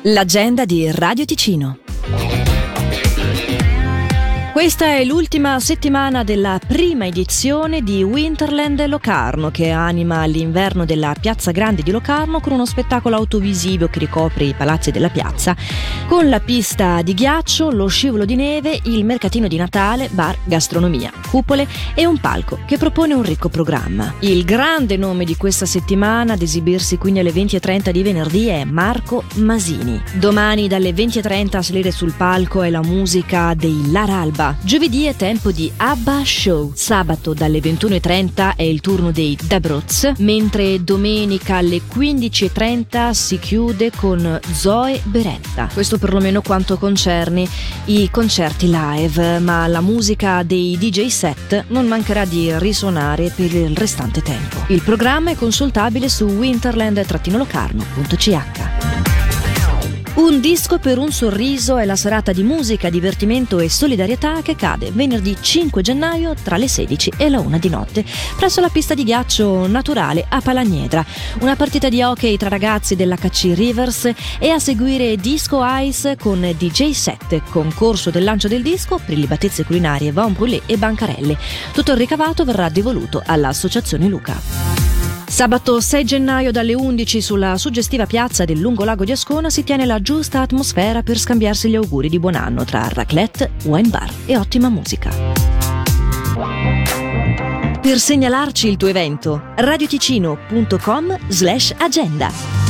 L'agenda di Radio Ticino. Questa è l'ultima settimana della prima edizione di Winterland Locarno, che anima l'inverno della Piazza Grande di Locarno con uno spettacolo autovisivo che ricopre i palazzi della piazza, con la pista di ghiaccio, lo scivolo di neve, il mercatino di Natale, bar, gastronomia, cupole e un palco che propone un ricco programma. Il grande nome di questa settimana, ad esibirsi quindi alle 20:30 di venerdì, è Marco Masini. Domani dalle 20:30 a salire sul palco è la musica dei Lara Alba. Giovedì è tempo di ABBA Show. Sabato dalle 21:30 è il turno dei Dabroz, mentre domenica alle 15:30 si chiude con Zoe Beretta. Questo perlomeno quanto concerne i concerti live, ma la musica dei DJ set non mancherà di risuonare per il restante tempo. Il programma è consultabile su winterland-locarno.ch. Un disco per un sorriso è la serata di musica, divertimento e solidarietà che cade venerdì 5 gennaio tra le 16 e la 1 di notte presso la pista di ghiaccio naturale a Palagnedra. Una partita di hockey tra ragazzi dell'HC Rivers e a seguire Disco Ice con DJ set, concorso del lancio del disco, prelibatezze culinarie, vin brûlé e bancarelle. Tutto il ricavato verrà devoluto all'Associazione Luca. Sabato 6 gennaio dalle 11 sulla suggestiva piazza del Lungolago di Ascona si tiene la giusta atmosfera per scambiarsi gli auguri di buon anno tra raclette, wine bar e ottima musica. Per segnalarci il tuo evento, radioticino.com/agenda.